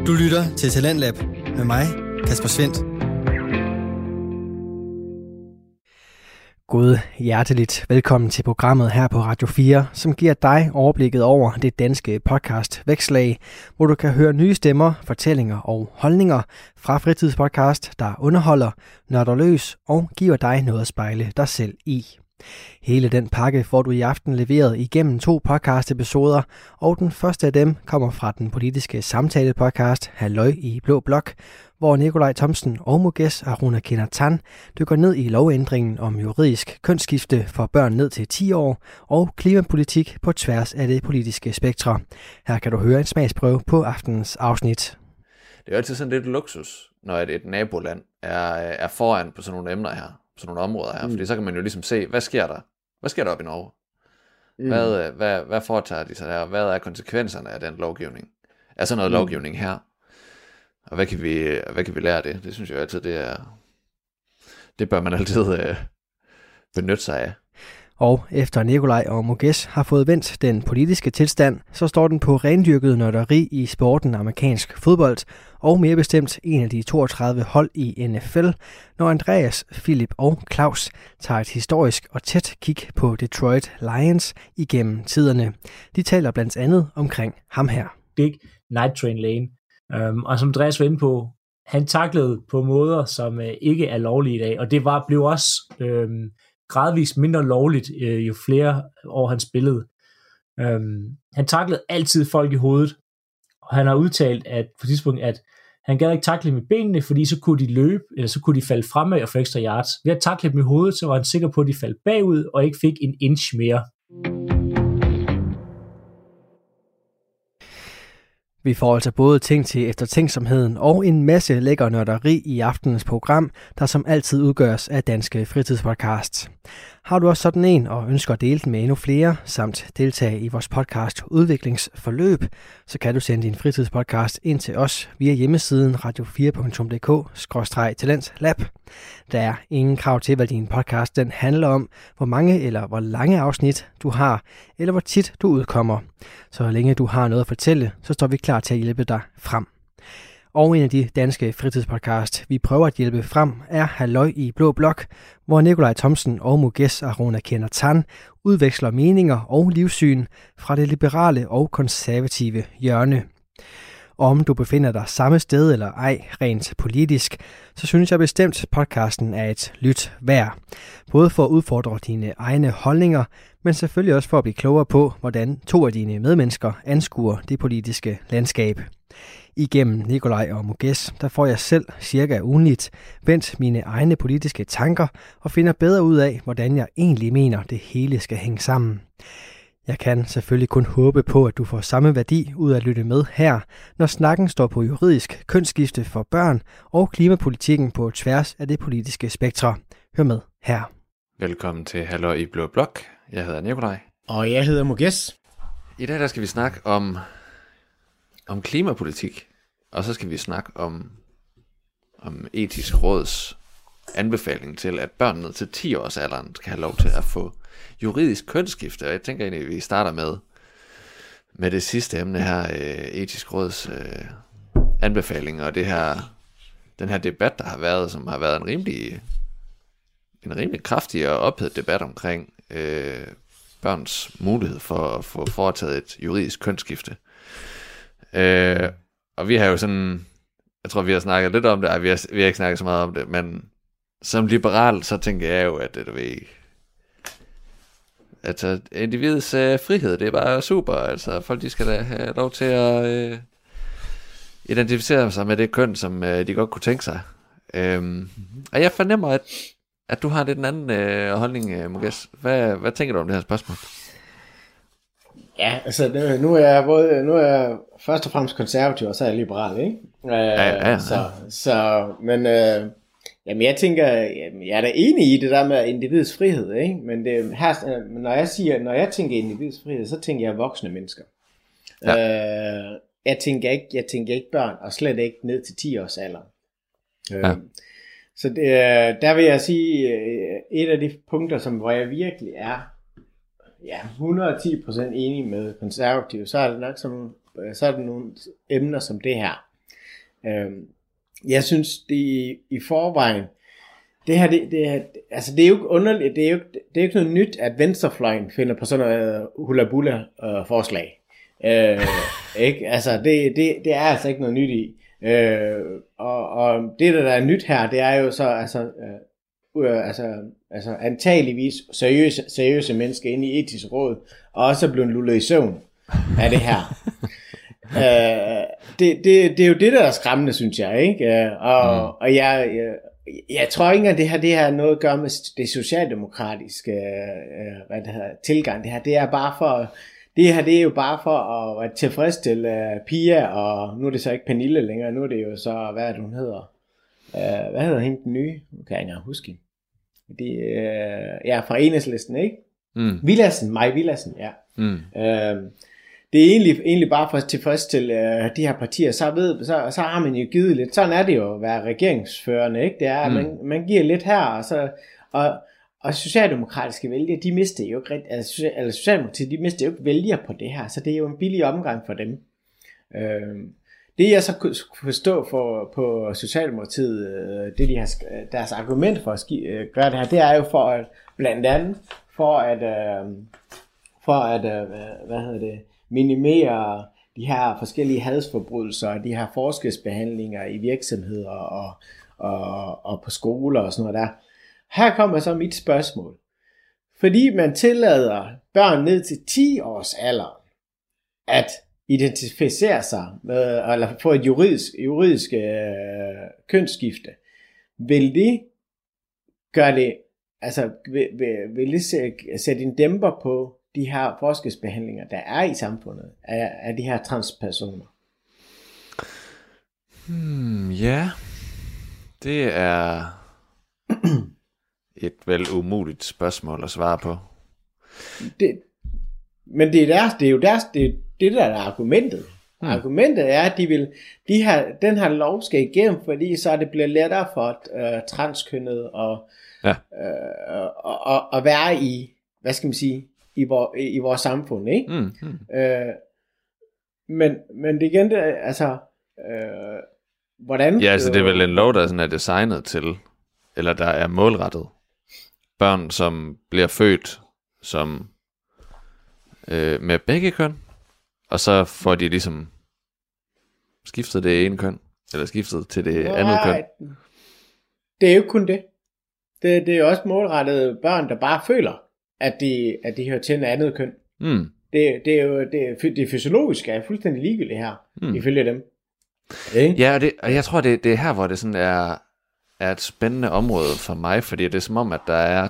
Du lytter til Talentlab med mig, Kasper Svendt. God hjerteligt velkommen til programmet her på Radio 4, som giver dig overblikket over det danske podcast Vækslag, hvor du kan høre nye stemmer, fortællinger og holdninger fra fritidspodcast, der underholder, nørder løs og giver dig noget at spejle dig selv i. Hele den pakke får du i aften leveret igennem 2 podcast-episoder, og den første af dem kommer fra den politiske samtale-podcast Halløj i Blå Blok, hvor Nikolaj Thomsen og Mukesh Arunakinartan dykker ned i lovændringen om juridisk kønsskifte for børn ned til 10 år og klimapolitik på tværs af det politiske spektrum. Her kan du høre en smagsprøve på aftenens afsnit. Det er altid sådan lidt luksus, når et naboland er foran på sådan nogle emner her, på sådan nogle områder her, fordi så kan man jo ligesom se, hvad sker der? Hvad sker der op i Norge? Hvad foretager de sig der? Hvad er konsekvenserne af den lovgivning? Er sådan noget lovgivning her? Og hvad kan vi lære af det? Det synes jeg altid, det bør man altid benytte sig af. Og efter Nikolaj og Mukesh har fået vendt den politiske tilstand, så står den på rendyrket nørderi i sporten amerikansk fodbold, og mere bestemt en af de 32 hold i NFL, når Andreas, Philip og Claus tager et historisk og tæt kig på Detroit Lions igennem tiderne. De taler blandt andet omkring ham her. Big Night Train Lane. Og som Andreas var inde på, han taklede på måder, som ikke er lovlige i dag, og det blev også gradvist mindre lovligt, jo flere år han spillede. Han taklede altid folk i hovedet, og han har udtalt at på tidspunkt, at han gad ikke takle med benene, fordi så kunne de løbe, eller så kunne de falde fremad og få ekstra yards. Ved at takle dem i hovedet, så var han sikker på, at de faldt bagud, og ikke fik en inch mere. Vi får altså både ting til eftertænksomheden og en masse lækker nørderi i aftenens program, der som altid udgøres af danske fritidspodcasts. Har du også sådan en og ønsker at dele den med endnu flere, samt deltage i vores podcast udviklingsforløb, så kan du sende din fritidspodcast ind til os via hjemmesiden radio4.dk/talentlab. Der er ingen krav til, hvad din podcast den handler om, hvor mange eller hvor lange afsnit du har, eller hvor tit du udkommer. Så længe du har noget at fortælle, så står vi klar til at hjælpe dig frem. Og en af de danske fritidspodcast, vi prøver at hjælpe frem, er Halløj i Blå Blok, hvor Nikolaj Thomsen og Mukesh Arunakinartan udveksler meninger og livssyn fra det liberale og konservative hjørne. Om du befinder dig samme sted eller ej rent politisk, så synes jeg bestemt, podcasten er et lyt værd. Både for at udfordre dine egne holdninger, men selvfølgelig også for at blive klogere på, hvordan 2 af dine medmennesker anskuer det politiske landskab. Igennem Nikolaj og Mukesh, der får jeg selv cirka ugenligt vendt mine egne politiske tanker og finder bedre ud af, hvordan jeg egentlig mener, det hele skal hænge sammen. Jeg kan selvfølgelig kun håbe på, at du får samme værdi ud af at lytte med her, når snakken står på juridisk kønsskifte for børn og klimapolitikken på tværs af det politiske spektrum. Hør med her. Velkommen til Halløj i Blå Blok. Jeg hedder Nikolaj. Og jeg hedder Mukesh. I dag der skal vi snakke om klimapolitik, og så skal vi snakke om etisk råds anbefaling til, at børn ned til 10 års alderen skal have lov til at få juridisk kønsskifte. Og jeg tænker egentlig, at vi starter med det sidste emne her, etisk råds anbefaling, og den her debat, der har været, som har været en rimelig kraftig og ophedet debat omkring børns mulighed for at få foretaget et juridisk kønsskifte. Og vi har jo sådan, jeg tror vi har snakket lidt om det, vi har ikke snakket så meget om det, men som liberal, så tænker jeg jo, at individets frihed, det er bare super, altså folk de skal da have lov til at identificere sig med det køn, som de godt kunne tænke sig. Og jeg fornemmer, at du har lidt en anden holdning, Mukesh. Hvad tænker du om det her spørgsmål? Ja, altså nu er jeg først og fremmest konservativ, og så er jeg liberal, ikke? Ja. Jamen jeg tænker, jeg er da enig i det der med individets frihed, ikke? Men det her, når jeg tænker individets frihed, så tænker jeg voksne mennesker. Ja. Jeg tænker ikke børn, og slet ikke ned til 10 års alder. Ja. Så der vil jeg sige, et af de punkter, hvor jeg virkelig er 110% enig med konservative, så er det nok så er der nogle emner som det her. Jeg synes, det i forvejen, det her, altså det er jo ikke underligt, det er jo ikke noget nyt, at venstrefløjen finder på sådan noget hula-bula forslag. Ikke? Altså det er altså ikke noget nyt i. Og det der er nyt her, det er jo så altså antageligvis seriøse mennesker inde i etisk råd, og også er blevet lullet i søvn af det her. Det er jo det, der er skræmmende, synes jeg, ikke? Og jeg tror ikke, at det her har noget at gøre med det socialdemokratiske tilgang. Det er bare for, det her det er jo bare for at tilfredsstille Pia, og nu er det så ikke Pernille længere, nu er det jo så, hvad er det, hun hedder? Hvad hedder hende den nye? Nu kan jeg ikke engang huske hende. Ja, fra Enhedslisten, ikke? Maj Villadsen, ja. Det er egentlig bare for at tilfredsstille de her partier, så har man jo givet lidt, sådan er det jo at være regeringsførende, ikke? Det er, at man giver lidt her, og socialdemokratiske vælgere, de mister jo ikke eller Socialdemokratiet, de mister jo ikke vælgere på det her, så det er jo en billig omgang for dem. Det jeg så kunne forstå på Socialdemokratiet, det de har, deres argument for at gøre det her, det er jo for at, blandt andet, for at minimere de her forskellige hadsforbrydelser, de her forskelsbehandlinger i virksomheder og på skoler og sådan noget der. Her kommer så mit spørgsmål. Fordi man tillader børn ned til 10 års alder at identificere sig med, eller få et juridisk kønsskifte, vil det gøre det, altså vil det sætte en dæmper på de her forskelsbehandlinger, der er i samfundet af de her transpersoner? Ja, det er et vel umuligt spørgsmål at svare på. Men det er jo det der er argumentet. Argumentet er, at den her lov skal igennem, fordi så det bliver lettere for transkønnet at være i, hvad skal man sige, i vores samfund, ikke? Men det igen, altså, hvordan? Ja, altså det er vel en lov, der sådan er designet til, eller der er målrettet børn, som bliver født som med begge køn, og så får de ligesom skiftet det ene køn, eller skiftet til det andet køn. Det er jo kun det. Det er også målrettet børn, der bare føler, at de hører til en andet køn. Det er jo det fysiologiske er fuldstændig ligegyldigt her, ifølge dem. Ja, og jeg tror, det er her, hvor det sådan er et spændende område for mig, fordi det er som om, at der er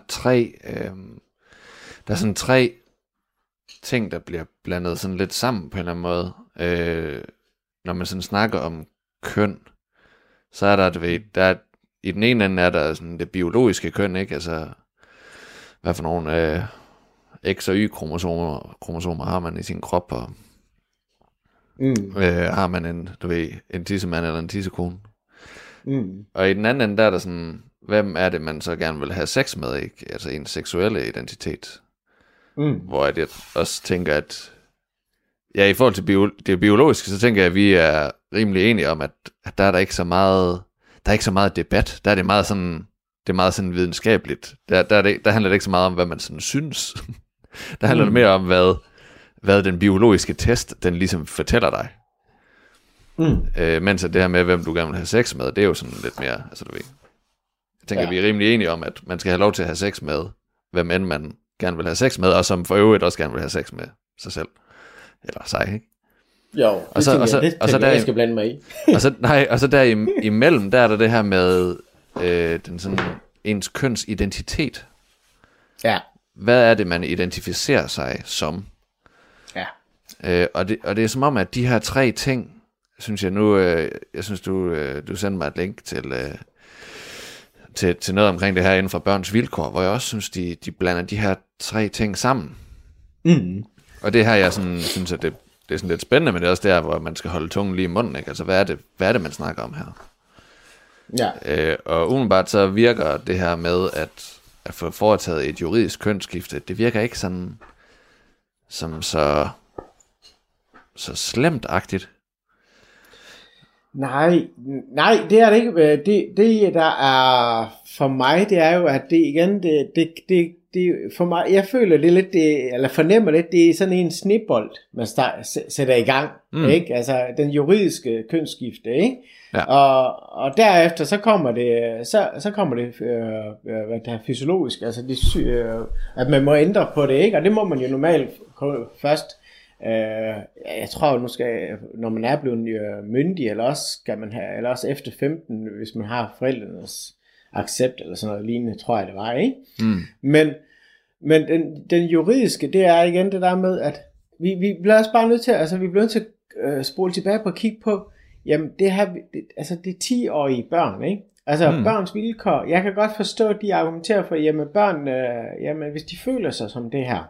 tre ting, der bliver blandet sådan lidt sammen på en eller anden måde. Når man sådan snakker om køn, så er der i den ene ende er der sådan det biologiske køn, ikke? Altså, hvad for nogle X- og Y-kromosomer har man i sin krop, og har man en tissemand eller en tissekone. Og i den anden ende, der er der sådan, hvem er det, man så gerne vil have sex med, ikke? Altså en seksuelle identitet. Hvor jeg også tænker, at ja, i forhold til det biologiske, så tænker jeg, at vi er rimelig enige om, at der er der ikke så meget debat. Der er det meget sådan videnskabeligt. Der handler det ikke så meget om, hvad man sådan synes. Der handler det mere om, hvad den biologiske test, den ligesom fortæller dig. Mens det her med, hvem du gerne vil have sex med, det er jo sådan lidt mere, altså du ved. Jeg tænker, vi er rimelig enige om, at man skal have lov til at have sex med, hvem end man gerne vil have sex med, og som for øvrigt også gerne vil have sex med sig selv. Eller sig, ikke? Jo, og så der jeg skal blande mig i. og så der imellem, der er der det her med den sådan ens kønsidentitet. Ja. Hvad er det, man identificerer sig som? Ja. Og det er som om, at de her tre ting, synes jeg nu, jeg synes du sendte mig et link til noget omkring det her inden for Børns Vilkår, hvor jeg også synes, de blander de her tre ting sammen. Og det her, jeg sådan, synes, at det er sådan lidt spændende, men det er også der, hvor man skal holde tungen lige i munden, ikke? Altså, hvad er det, man snakker om her? Ja. Og umiddelbart så virker det her med, at få foretaget et juridisk kønsskifte, det virker ikke sådan, som så slemt-agtigt. Nej, det er det ikke. Det der er for mig, det er jo, at det igen, det for mig, jeg føler det lidt, eller fornemmer lidt, det er sådan en snebold, man sætter i gang, ikke? Altså den juridiske kønsskifte, ikke? Ja. Og derefter så kommer det, så kommer det, hvad det er fysiologisk, altså det, at man må ændre på det, ikke? Og det må man jo normalt først. Jeg tror nu skal, når man er blevet myndig, eller også skal man have, eller også efter 15, hvis man har forældrenes accept eller sådan noget lignende, tror jeg det var, ikke? Men den juridiske, det er igen det der med, at vi bliver også bare nødt til, altså vi bliver nødt til at spole tilbage på at kigge på, jamen det her, altså det er 10-årige børn, ikke? Altså børns vilkår, jeg kan godt forstå, at de argumenterer for, jamen børn, jamen hvis de føler sig som det her,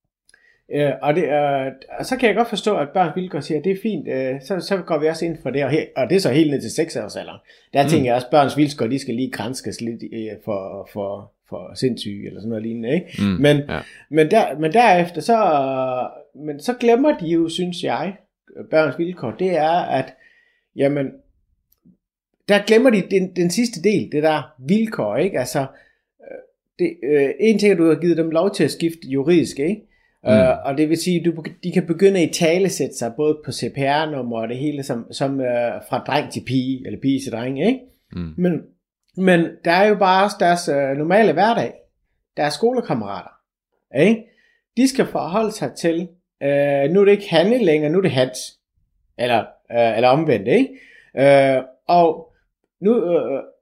og så kan jeg godt forstå, at børns vilkår siger, at det er fint, så går vi også ind for det, og det er så helt ned til 6 års alder. Der tænker jeg også, at børns vilkår, de skal lige granskes lidt for sindssyge, eller sådan noget lignende, ikke? Men derefter, så glemmer de jo, synes jeg, børns vilkår, det er, at, jamen, der glemmer de den sidste del, det der vilkår, ikke? Altså, en ting er, du har givet dem lov til at skifte juridisk, ikke? Og det vil sige, de kan begynde at italesætte sig både på CPR-nummer og det hele som fra dreng til pige, eller pige til dreng, ikke? Men der er jo bare også deres normale hverdag, deres skolekammerater, ikke? De skal forholde sig til, nu er det ikke Hanne længere, nu er det Hans, eller omvendt, ikke? Og nu,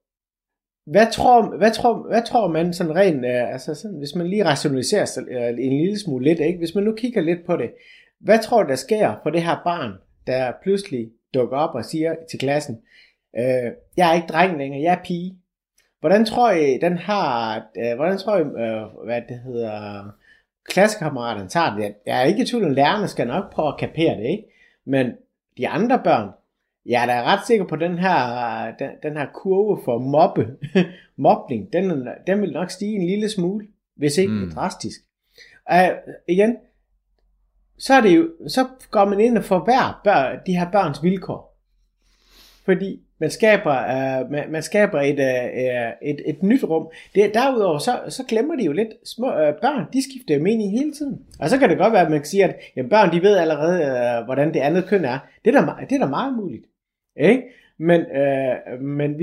hvad tror man sådan rent, altså sådan, hvis man lige rationaliserer en lille smule lidt, ikke? Hvis man nu kigger lidt på det, hvad tror du der sker for det her barn, der pludselig dukker op og siger til klassen, jeg er ikke dreng længere, jeg er pige. Hvordan tror I hvad det hedder, klassekammeraterne tager det? Jeg er ikke i tvivl om, lærerne skal nok prøve at kapere det, ikke? Men de andre børn, jeg er da ret sikker på, den her kurve for mobning, den vil nok stige en lille smule, hvis ikke drastisk. Igen, så er det jo, så går man ind og forværrer de her børns vilkår. Fordi man skaber et nyt rum. Derudover, så glemmer de jo lidt, små børn, de skifter jo mening hele tiden. Og så kan det godt være, at man kan sige, at jamen, børn, de ved allerede, hvordan det andet køn er. Det er da meget muligt. Ikke? Men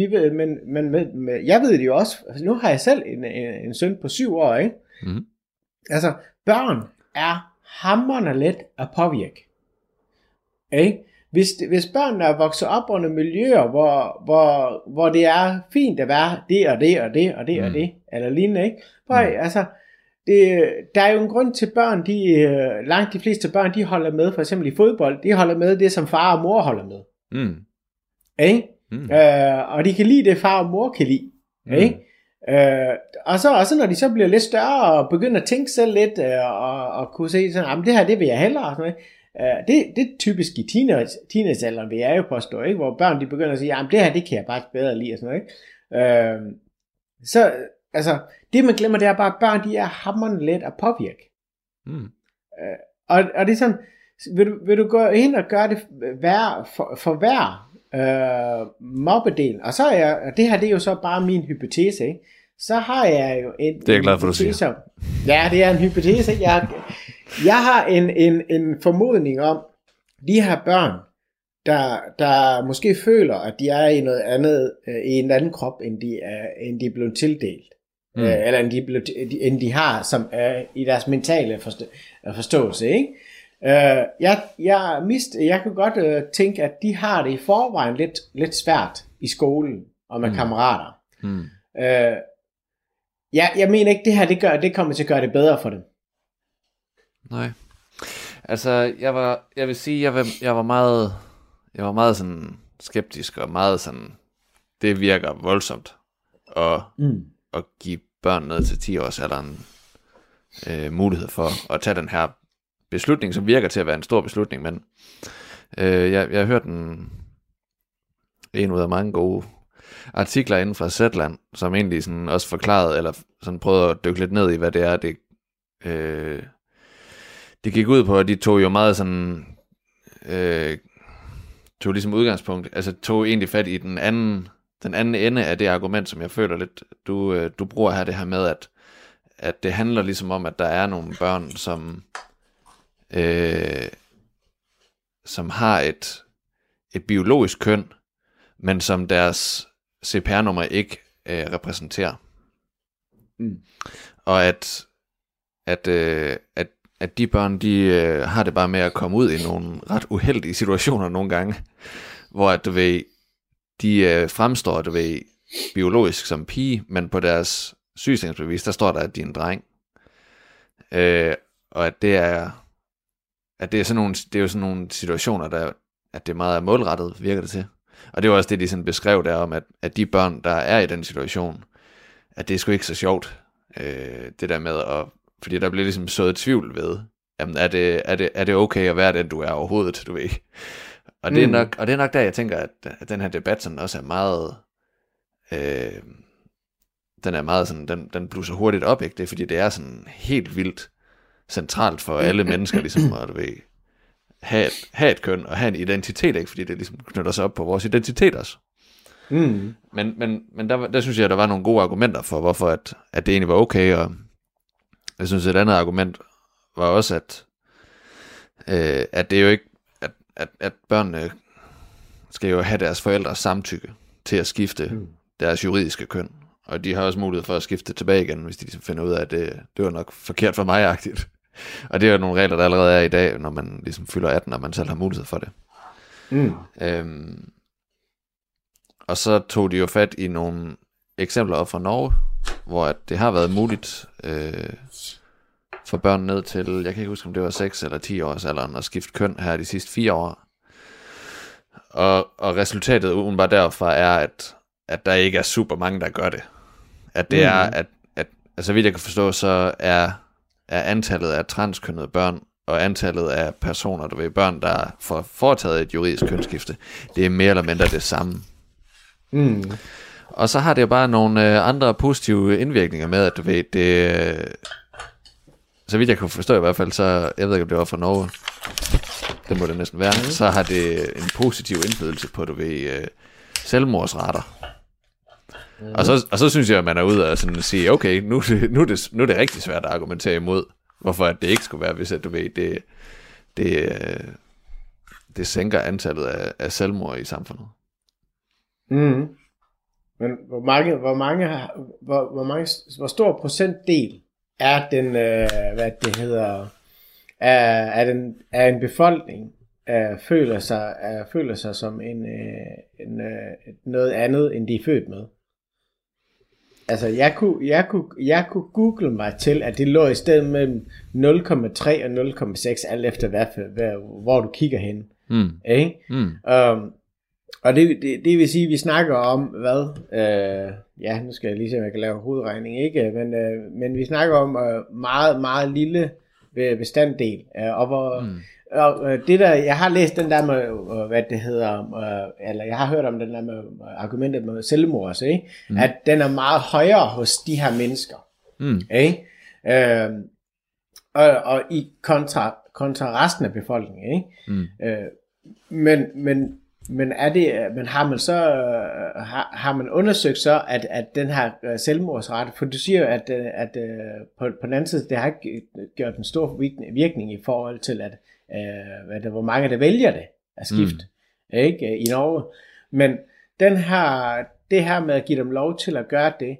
jeg ved det jo også. Altså, nu har jeg selv en søn på 7 år, ikke? Altså, børn er hamrende let at påvirke. Ikke? Hvis børnene er vokset op under miljøer, hvor det er fint at være det og det og det og det og det, eller lignende, ikke? Altså, der er jo en grund til børn, langt de fleste børn, de holder med, for eksempel i fodbold, de holder med det, som far og mor holder med. Ikke? Og de kan lide det, far og mor kan lide. Ikke? Og så når de så bliver lidt større, og begynder at tænke selv lidt, og kunne se sådan, det her, det vil jeg hellere, sådan noget. Det er typisk i teenagealderen, vil jeg jo påstå, ikke? Hvor børn de begynder at sige, det her, det kan jeg bare bedre lide, og sådan noget, ikke? Så, altså, det man glemmer, det er bare, at børn, de er hamrende let at påvirke. Og det er sådan, vil du gå ind og gøre det for hver mobbedel, og så er jeg, og det her, det er jo så bare min hypotese, ikke? Så har jeg jo en det er jeg glad for, du siger. Ja, det er en hypotese, ikke? Jeg har en formodning om, de her børn, der måske føler, at de er i noget andet, i en anden krop, end de er blevet tildelt. Eller end de har som i deres mentale forståelse, ikke? Jeg kan godt tænke, at de har det i forvejen lidt svært i skolen og med kammerater. Jeg mener ikke, det her det kommer til at gøre det bedre for dem. Nej. Altså, jeg vil sige, jeg var meget sådan skeptisk, og meget sådan, det virker voldsomt at give børn ned til 10 års alderen mulighed for at tage den her beslutning, som virker til at være en stor beslutning, men jeg har hørt en ud af mange gode artikler inden fra Zetland, som egentlig sådan også forklarede, eller sådan prøvede at dykke lidt ned i, hvad det er, det gik ud på, og de tog jo meget sådan tog ligesom udgangspunkt, altså tog egentlig fat i den anden ende af det argument, som jeg føler lidt, du bruger her, det her med, at det handler ligesom om, at der er nogle børn, som har et biologisk køn, men som deres CPR-nummer ikke repræsenterer. Og at de børn, de har det bare med at komme ud i nogle ret uheldige situationer nogle gange, hvor at, de fremstår, biologisk som pige, men på deres sygesikringsbevis, der står der, at de er en dreng. Og at det er sådan nogle, det er jo sådan nogle situationer, der, at det er meget målrettet, virker det til. Og det var også det, de sådan beskrev der om, at de børn, der er i den situation, at det er sgu ikke så sjovt, det der med at, fordi der bliver ligesom sået tvivl ved, jamen er det okay at være den, du er overhovedet, du ved. Og det er nok der, jeg tænker, at den her debat sådan også er meget, den er meget sådan, den blusser hurtigt op, ikke? Det er fordi, det er sådan helt vildt centralt for alle mennesker, ligesom at, du ved, have et køn og have en identitet, ikke? Fordi det ligesom knytter sig op på vores identitet også. Men der synes jeg, der var nogle gode argumenter for, hvorfor at det egentlig var okay, og jeg synes, et andet argument var også, at det er jo ikke, at børnene skal jo have deres forældres samtykke til at skifte deres juridiske køn, og de har også mulighed for at skifte tilbage igen, hvis de ligesom finder ud af, at det var nok forkert for mig-agtigt. Og det er jo nogle regler, der allerede er i dag, når man ligesom fylder 18, og man selv har mulighed for det. Og så tog de jo fat i nogle eksempler op fra Norge, hvor det har været muligt for børn ned til, jeg kan ikke huske, om det var 6 eller 10 års alderen, at skifte køn her de sidste 4 år. Og resultatet udenbart derfra er, at der ikke er super mange, der gør det. At det er, at så vidt jeg kan forstå, så er antallet af transkønnede børn, og antallet af personer, du ved, børn, der får foretaget et juridisk kønsskifte, det er mere eller mindre det samme. Og så har det jo bare nogle andre positive indvirkninger med, at du ved, det, så vidt jeg kan forstå i hvert fald, så, jeg ved ikke, om det var fra Norge, det må det næsten være, så har det en positiv indflydelse på, du ved, selvmordsrater. Og så synes jeg, at man er ude og sådan sige, okay, nu er det rigtig svært at argumentere imod, hvorfor det ikke skulle være, hvis at, du ved, det sænker antallet af selvmord i samfundet. Men hvor stor procentdel er den, hvad det hedder, er en befolkning føler sig som noget andet, end de er født med? Altså, jeg kunne google mig til, at det lå i stedet mellem 0,3 og 0,6, alt efter hvor du kigger hen. Og det vil sige, at vi snakker om, hvad? Nu skal jeg lige se, om jeg kan lave hovedregning, ikke? Men vi snakker om meget, meget lille bestanddel. Og det der, jeg har læst den der med, hvad det hedder, eller jeg har hørt om den der med argumentet med selvmord, ikke? At den er meget højere hos de her mennesker. Ikke? Og i kontra resten af befolkningen, ikke? Men har man undersøgt så, at den her selvmordsrate, for du siger jo, at på den anden side, det har ikke gjort en stor virkning i forhold til, hvor mange der vælger det at skifte, ikke, i Norge. Men det her med at give dem lov til at gøre det,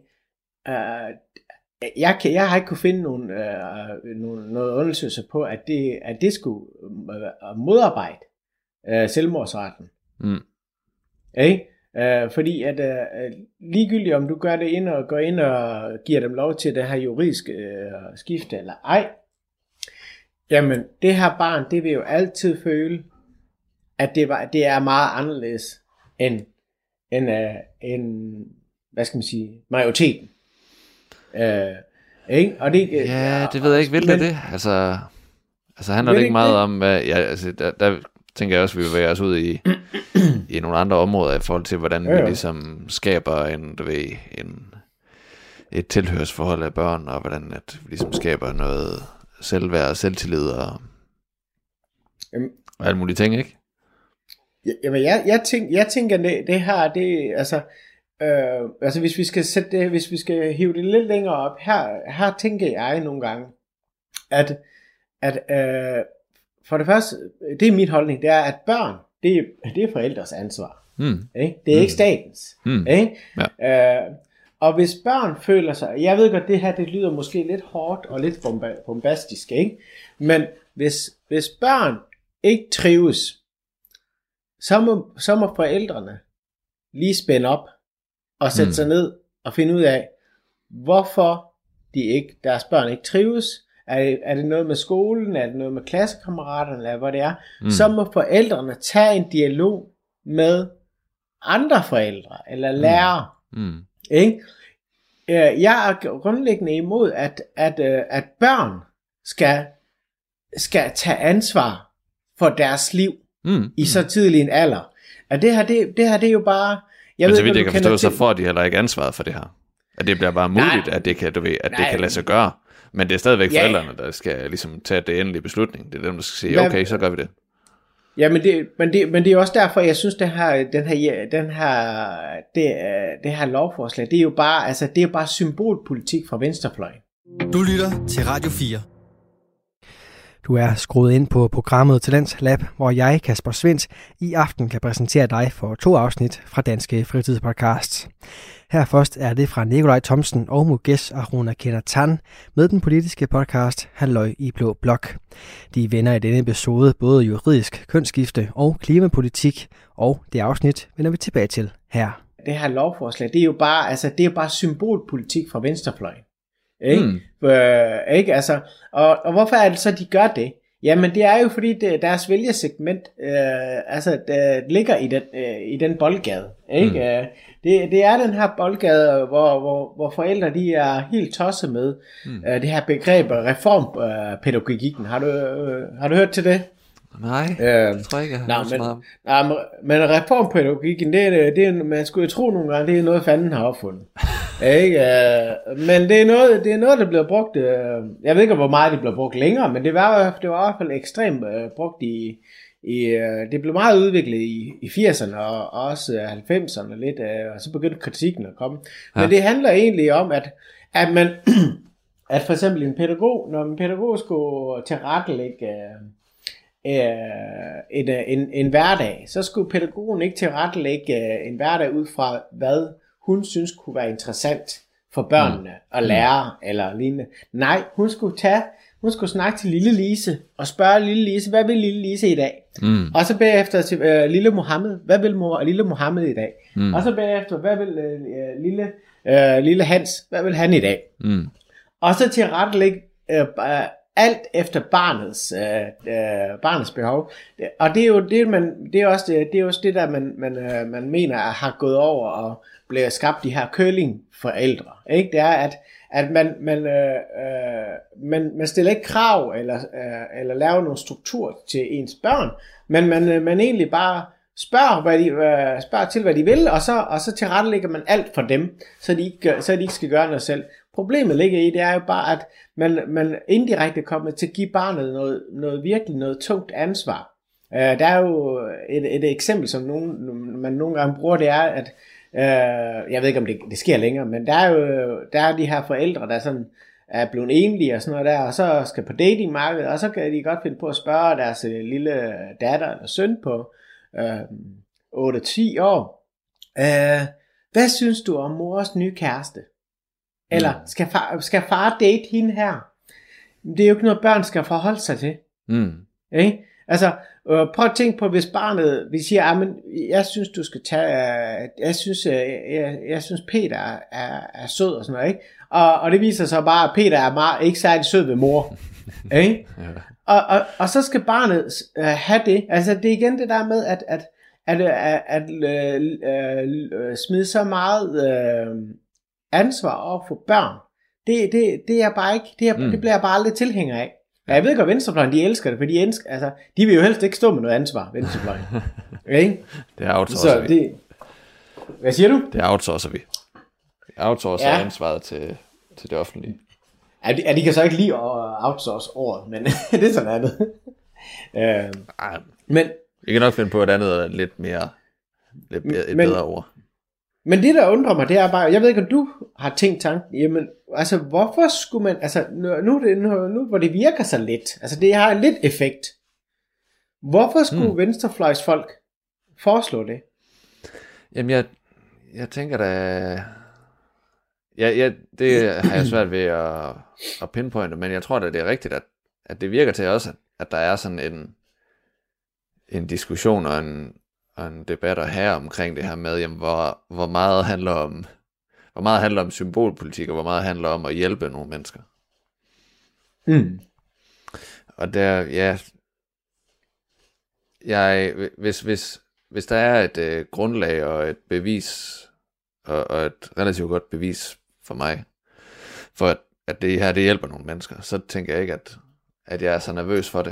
jeg har ikke kunne finde noget undersøgelse på, at det skulle modarbejde selvmordsraten. Ikke? Fordi at ligegyldigt om du gør det går ind og giver dem lov til det her juridiske skifte eller ej, jamen det her barn, det vil jo altid føle, at det er meget anderledes end hvad skal man sige, majoriteten. Ikke? Og det, det ved jeg ikke, vil det? Altså handler det ikke meget om, der tænker jeg også, at vi bevæger os ud i nogle andre områder i forhold til, hvordan vi ligesom skaber et tilhørsforhold af børn, og hvordan at vi ligesom skaber noget selvværd og selvtillid og alle mulige ting, ikke? Jamen, jeg tænker, det her, det altså hvis vi skal sætte det, hvis vi skal hive det lidt længere op, her tænker jeg nogle gange, at for det første, det er min holdning, det er, at børn, det er forældres ansvar. Ikke? Det er ikke statens. Ikke? Ja. Og hvis børn føler sig, jeg ved godt, det her, det lyder måske lidt hårdt og lidt bombastisk, ikke? Men hvis børn ikke trives, så må forældrene lige spænde op og sætte sig ned og finde ud af, hvorfor deres børn ikke trives. Er det noget med skolen? Er det noget med klassekammeraterne? Eller hvad det er? Så må forældrene tage en dialog med andre forældre eller lærere. Ikke? Jeg er grundlæggende imod, at børn skal tage ansvar for deres liv i så tidlig en alder. At det her, det er jo bare... Men så vidt jeg kan forstå, så får de heller ikke ansvaret for det her. At det bliver bare muligt, at det kan, det kan lade sig gøre. Men det er stadigvæk forældrene, der skal ligesom tage det endelige beslutning. Det er dem, der skal sige, okay, så gør vi det. Ja, men det er også derfor, jeg synes, det her lovforslag, det er jo bare, altså, det er bare symbolpolitik fra venstrefløjen. Du lytter til Radio 4. Du er skruet ind på programmet Talents Lab, hvor jeg, Kasper Svendt, i aften kan præsentere dig for 2 afsnit fra Danske Fritidspodcasts. Her først er det fra Nikolaj Thomsen og Mukesh Aruna Kenatan med den politiske podcast Halløj i Blå Blok. De vender i denne episode både juridisk kønsskifte og klimapolitik, og det afsnit vender vi tilbage til her. Det her lovforslag, det er jo bare symbolpolitik fra venstrefløjen. Ikke? Altså, og hvorfor er det så, de gør det? Jamen det er jo fordi deres vælgersegment ligger i den boldgade. Ikke? Det er den her boldgade, hvor forældre de er helt tosset med det her begreb reformpædagogikken. Har du hørt til det? Nej, jeg tror ikke, jeg har hørt men reformpædagogikken, det er, man skulle jo tro nogle gange, det er noget fanden har opfundet. Ikke? Men det er noget, der bliver brugt, jeg ved ikke, hvor meget det bliver brugt længere, men det var i hvert fald ekstremt brugt det blev meget udviklet i 80'erne og også 90'erne lidt, og så begyndte kritikken at komme. Ja. Men det handler egentlig om, at man, at for eksempel når en pædagog skulle tilrettelægge en hverdag, så skulle pædagogen ikke tilrettelægge en hverdag ud fra, hvad hun synes kunne være interessant for børnene at lære eller lignende. Nej, hun skulle snakke til lille Lise og spørge lille Lise, hvad vil lille Lise i dag? Og så bagefter til lille Mohammed, hvad vil lille Mohammed i dag? Og så bagefter, hvad vil lille Hans, hvad vil han i dag? Og så tilrettelægge alt efter barnets behov. Og det er jo det er også det der man mener har gået over og bliver skabt de her curling-forældre. Ikke? Det er at man stiller ikke krav eller laver nogle struktur til ens børn, men man egentlig bare spørger til hvad de vil, og så tilrettelægger man alt for dem, så de ikke skal gøre noget selv. Problemet ligger i, det er jo bare, at man indirekte kommer til at give barnet noget tungt ansvar. Der er jo et eksempel, som man nogle gange bruger, det er, at jeg ved ikke, om det sker længere, men der er de her forældre, der sådan er blevet enlige og sådan noget der, og så skal på datingmarkedet, og så kan de godt finde på at spørge deres lille datter eller søn på 8-10 år, hvad synes du om mors nye kæreste? Eller skal far date hende her? Det er jo ikke noget, børn skal forholde sig til. Ikke? Altså, prøv at tænke på, hvis barnet, vi siger, men jeg synes, du skal tage, jeg synes Peter er sød og sådan noget, ikke? Og det viser sig bare, at Peter er ikke særlig sød ved mor. Ikke? Og så skal barnet have det. Altså, det er igen det der med, at smide så meget ansvar over for børn. Det er bare ikke, det bliver jeg bare aldrig tilhænger af. Ja, jeg ved godt, venstrefløjen, de elsker det, for de vil jo helst ikke stå med noget ansvar, venstrefløjen. Ikke? Det outsourcer vi. Hvad siger du? Det outsourcer vi. Vi outsourcer ansvaret til det offentlige. Ja, de kan så ikke lide at outsource ordet, men det er sådan andet. Vi kan nok finde på et andet lidt bedre ord. Men det, der undrer mig, det er bare, jeg ved ikke, om du har tænkt tanken, jamen, altså, hvorfor skulle man, altså, nu hvor det virker så lidt, altså, det har lidt effekt, hvorfor skulle venstrefløjsfolk foreslå det? Jamen, jeg tænker da, det har jeg svært ved at pinpointe, men jeg tror da, det er rigtigt, at det virker til også, at der er sådan en diskussion og en debat at have omkring det her med, jamen, hvor meget handler om symbolpolitik, og hvor meget handler om at hjælpe nogle mennesker. Og der, hvis der er et grundlag og et bevis, og et relativt godt bevis for mig, for at det her, det hjælper nogle mennesker, så tænker jeg ikke, at jeg er så nervøs for det.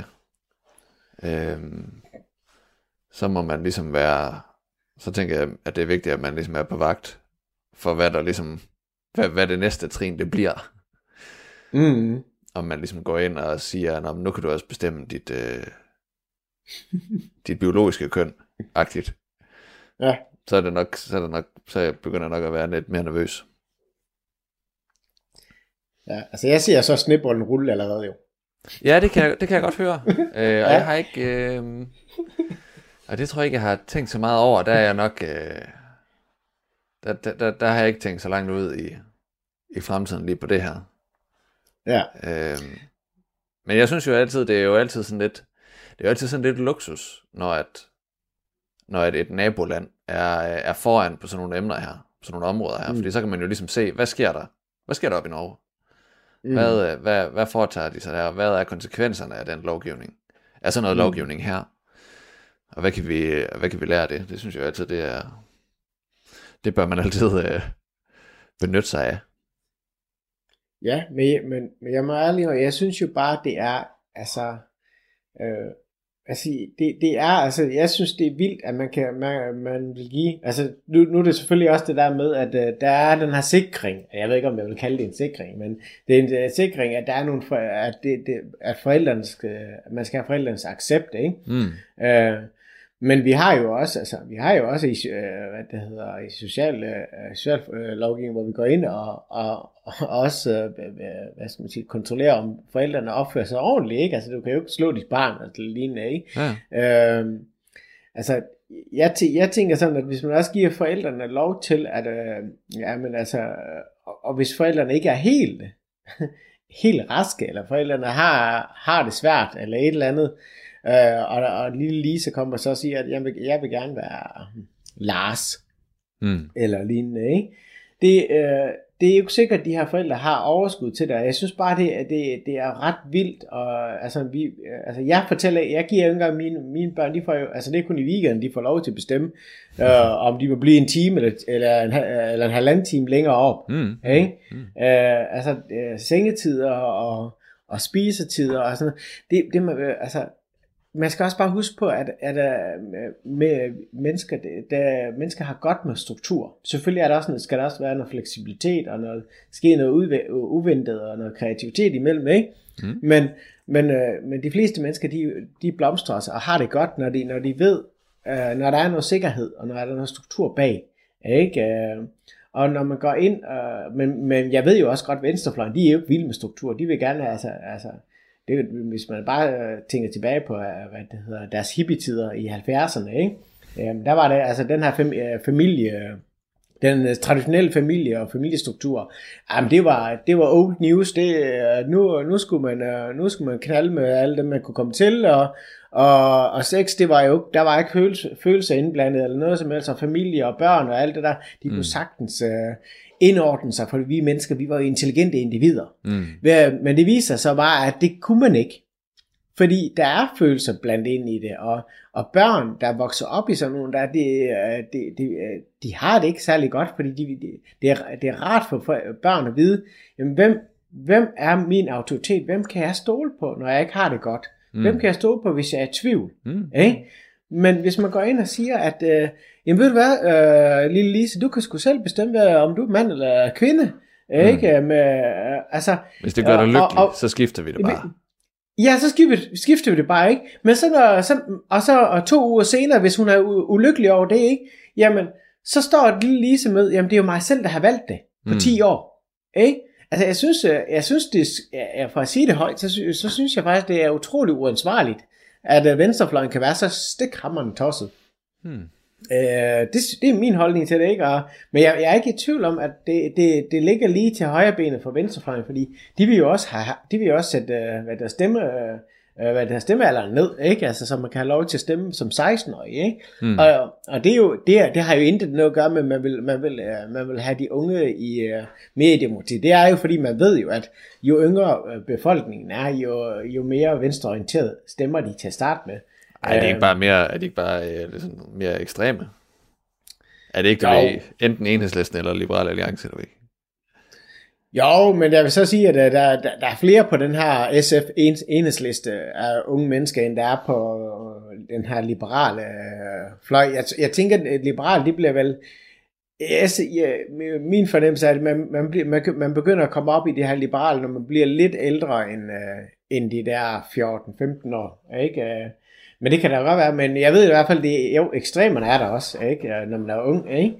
Så må man ligesom så tænker jeg, at det er vigtigt, at man ligesom er på vagt for, hvad der ligesom, hvad det næste trin det bliver. Om man ligesom går ind og siger, nu kan du også bestemme dit biologiske køn, agtigt. Ja. Så begynder jeg nok at være lidt mere nervøs. Ja, altså jeg ser så snibbolden rulle allerede jo. Ja, det kan jeg godt høre. Og jeg har ikke... og det tror jeg ikke, jeg har tænkt så meget over. Der er jeg nok... Der har jeg ikke tænkt så langt ud i fremtiden lige på det her. Ja. Men jeg synes jo altid, det er jo altid sådan lidt luksus, når et naboland er foran på sådan nogle emner her, på sådan nogle områder her. Fordi så kan man jo ligesom se, hvad sker der op i Norge? Hvad foretager de sig der? Hvad er konsekvenserne af den lovgivning? Er sådan noget lovgivning her? Og hvad kan vi lære af det? Det synes jeg jo altid, det bør man altid benytte sig af. Ja, men jeg må ærlig, og jeg synes jo bare, det er, det er, altså, jeg synes, det er vildt, at man vil give, altså, nu er det selvfølgelig også det der med, at der er den her sikring, jeg ved ikke, om jeg vil kalde det en sikring, men det er en sikring, at der er nogle, at forældrene man skal have forældrenes accept, ikke? Men vi har jo også, i social lovgivning, hvor vi går ind og også, hvad skal man sige, kontrollerer, om forældrene opfører sig ordentligt, ikke? Altså, du kan jo ikke slå dit barn, eller lignende, ikke? Ja. Altså, jeg tænker sådan, at hvis man også giver forældrene lov til, at, og hvis forældrene ikke er helt raske, eller forældrene har det svært, eller et eller andet, og lille Lise kommer så og siger, at jeg vil gerne være Lars, eller lignende, ikke? Det er jo ikke sikkert, at de her forældre har overskud til det. Jeg synes bare, det er ret vildt. Og, jeg giver jo ikke engang mine børn, de får jo, altså det er kun i weekenden, de får lov til at bestemme, om de må blive en time eller en halvanden time længere op. Ikke? Sengetider og spisetider og sådan noget. Man skal også bare huske på, at mennesker har godt med struktur. Selvfølgelig er der også skal der også være noget fleksibilitet, og noget uventet, og noget kreativitet imellem, ikke? Men de fleste mennesker, de blomstrer og har det godt, når de ved, når der er noget sikkerhed, og når der er noget struktur bag, ikke? Og når man går ind, men jeg ved jo også godt, venstrefløjen, de er jo ikke vilde med struktur. De vil gerne have, det, hvis man bare tænker tilbage på deres hippietider i 70'erne, ikke? Der var det altså den her familie, den traditionelle familie og familiestruktur. Jamen det var old news. Nu skulle man knalde med alle dem man kunne komme til, og sex, det var jo, der var ikke følelser indblandet eller noget som helst, og familie og børn og alt det der, de kunne sagtens indordne sig, for vi mennesker, vi var jo intelligente individer. Men det viser sig bare, at det kunne man ikke. Fordi der er følelser blandt ind i det, og børn, der vokser op i sådan nogle, de har det ikke særlig godt, fordi det er rart for børn at vide, jamen, hvem er min autoritet? Hvem kan jeg stole på, når jeg ikke har det godt? Hvem kan jeg stole på, hvis jeg er i tvivl? Men hvis man går ind og siger, at jamen ved du hvad, lille Lise, du kan sgu selv bestemme, om du er mand eller kvinde. Ikke? Med, hvis det gør dig lykkelig, så skifter vi det bare. Ja, så skifter vi det bare, ikke? Men så 2 uger senere, hvis hun er ulykkelig over det, ikke? Jamen, så står et lille Lise med, jamen det er jo mig selv, der har valgt det på 10 år, ikke? Altså, jeg synes det, for at sige det højt, så synes jeg faktisk, det er utroligt uansvarligt, at venstrefløjen kan være så stikhamrende tosset. Det er min holdning til det, ikke? Men jeg er ikke i tvivl om, at det ligger lige til højrebenet for venstrefløjen, fordi de vil jo også sætte stemmealderen ned, ikke? Altså, så man kan have lov til at stemme som 16-årig, ikke? Og det har jo intet noget at gøre med, man vil have de unge mere i demokrati. Det er jo fordi, man ved jo, at jo yngre befolkningen er, jo mere venstreorienteret stemmer de til at starte med. Er de ikke bare sådan mere ekstreme? Er det ikke enten Enhedslisten eller Liberal Alliance, eller ikke? Jo, men jeg vil så sige, at der er flere på den her SF enhedsliste af unge mennesker, end der er på den her liberale fløj. Jeg tænker, at liberale, det bliver vel... min fornemmelse er, at man begynder at komme op i det her liberale, når man bliver lidt ældre end de der 14-15 år, ikke? Men det kan da godt være, men jeg ved i hvert fald, ekstremerne er der også, ikke? Når man er ung, ikke?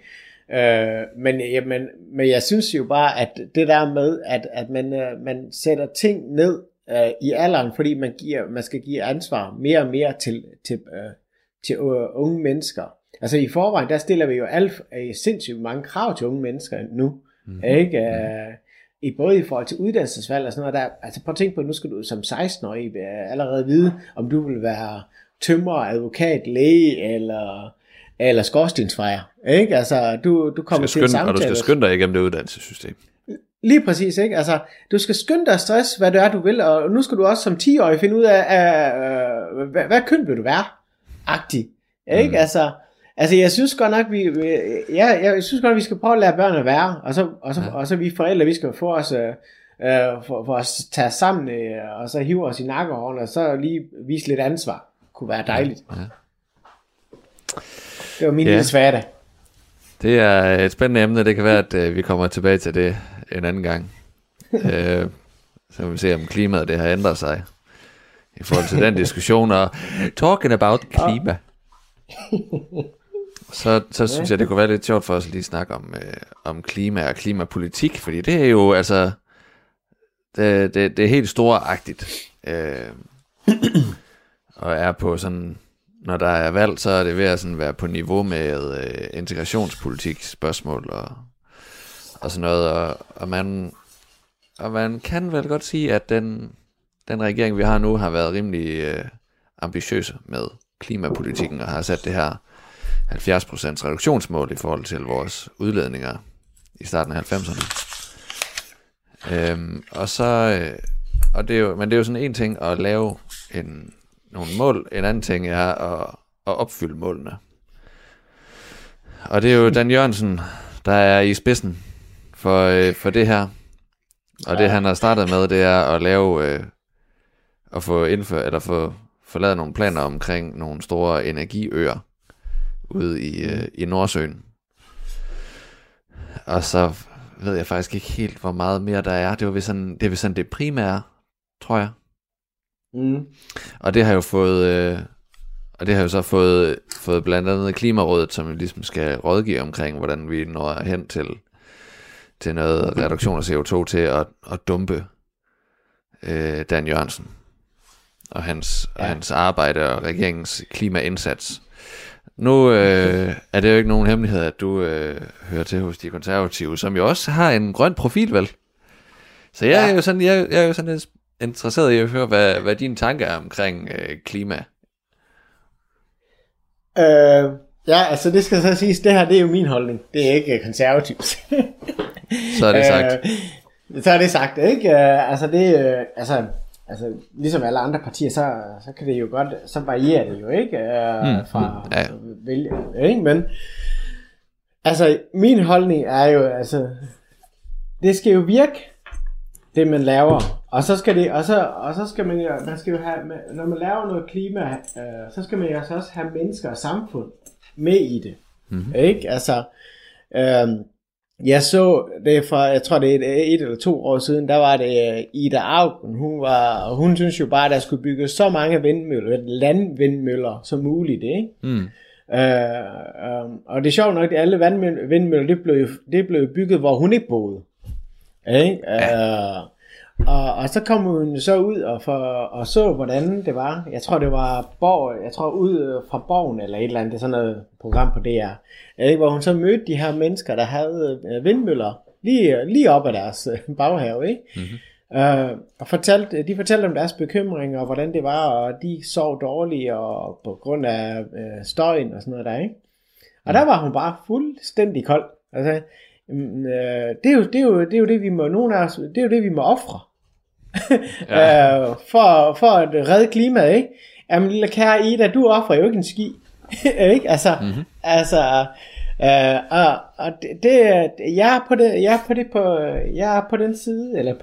Men jeg synes jo bare, at det der med, at man sætter ting ned i alderen, fordi man skal give ansvar mere og mere til unge mennesker. Altså i forvejen, der stiller vi jo sindssygt mange krav til unge mennesker nu, ikke? Både i forhold til uddannelsesvalg og sådan noget. Altså prøv at tænke på, nu skal du som 16-årig allerede vide, om du vil være tømrer, advokat, læge eller skorstensfejer, ikke? Altså du kommer til en samtale. Og du skal skynde dig igennem det uddannelsessystem. Lige præcis, ikke? Altså du skal skynde dig at stress, hvad det er du vil, og nu skal du også som 10-årig finde ud af hvad køn vil du være? Agtig, ikke? Altså jeg synes godt nok jeg synes godt nok vi skal prøve at lære børn at være, og så vi forældre, vi skal få os for at tage sammen og så hive os i nakkehårene og så lige vise lidt ansvar. Kunne være dejligt. Ja. Det var min lille sværdag. Det er et spændende emne. Det kan være, at vi kommer tilbage til det en anden gang. Så vil vi se, om klimaet det har ændret sig i forhold til den diskussion. Og talking about klima. Så synes jeg, det kunne være lidt sjovt for os at lige snakke om klima og klimapolitik. Fordi det er jo altså... Det er helt storagtigt. Og er på sådan... Når der er valg, så er det ved at sådan være på niveau med integrationspolitik spørgsmål og sådan noget. Og man kan vel godt sige, at den regering, vi har nu, har været rimelig ambitiøse med klimapolitikken og har sat det her 70% reduktionsmål i forhold til vores udledninger i starten af 90'erne. Men det er jo sådan en ting at lave nogle mål, en anden ting er at opfylde målene. Og det er jo Dan Jørgensen, der er i spidsen for det her. Og det han har startet med, det er at lave at få indført eller få lavet nogle planer omkring nogle store energiøer ude i Nordsøen. Og så ved jeg faktisk ikke helt, hvor meget mere der er. Det er vist sådan det primære, tror jeg. Og det har jo fået blandt andet Klimarådet, som ligesom skal rådgive omkring, hvordan vi når hen til noget reduktion af CO2 til at dumpe Dan Jørgensen og hans arbejde og regeringens klimaindsats. Nu er det jo ikke nogen hemmelighed, at du hører til hos de konservative, som jo også har en grøn profil, vel? Så jeg er jo sådan lidt interesseret i at høre, hvad dine tanker er omkring klima. Ja, altså det skal så siges, det her det er jo min holdning. Det er ikke konservativt. Så er det sagt. Så er det sagt, ikke? Altså ligesom alle andre partier, så kan det jo godt, så varierer det jo, ikke? Fra vælgerne, ikke? Men altså min holdning er jo, altså det skal jo virke, det man laver, og så skal det, og så skal man skal jo have, når man laver noget klima, så skal man jo også have mennesker og samfund med i det, ikke? Altså Jeg så det fra, jeg tror det er 1 eller 2 år siden, der var det Ida Auken, hun synes jo bare, at der skulle bygges så mange landvindmøller som muligt, ikke? Og det er sjovt nok, at alle vindmøller, det blev bygget, hvor hun ikke boede, ikke? Og så kom hun så ud og så, hvordan det var. Jeg tror, det var ud fra Borgen eller et eller andet. Det er sådan noget program på DR. Hvor hun så mødte de her mennesker, der havde vindmøller lige op ad deres baghave. Ikke? Mm-hmm. Og de fortalte om deres bekymringer, og hvordan det var, og de sov dårligt og på grund af støjen og sådan noget der. Ikke? Og der var hun bare fuldstændig kold. Altså, det er jo det, vi må, nogle af os, det er jo det, vi må ofre. For at redde klimaet, ikke? Jamen lille kære Ida, du offrer jo ikke en ski. Ikke? Altså, og jeg er på den side, eller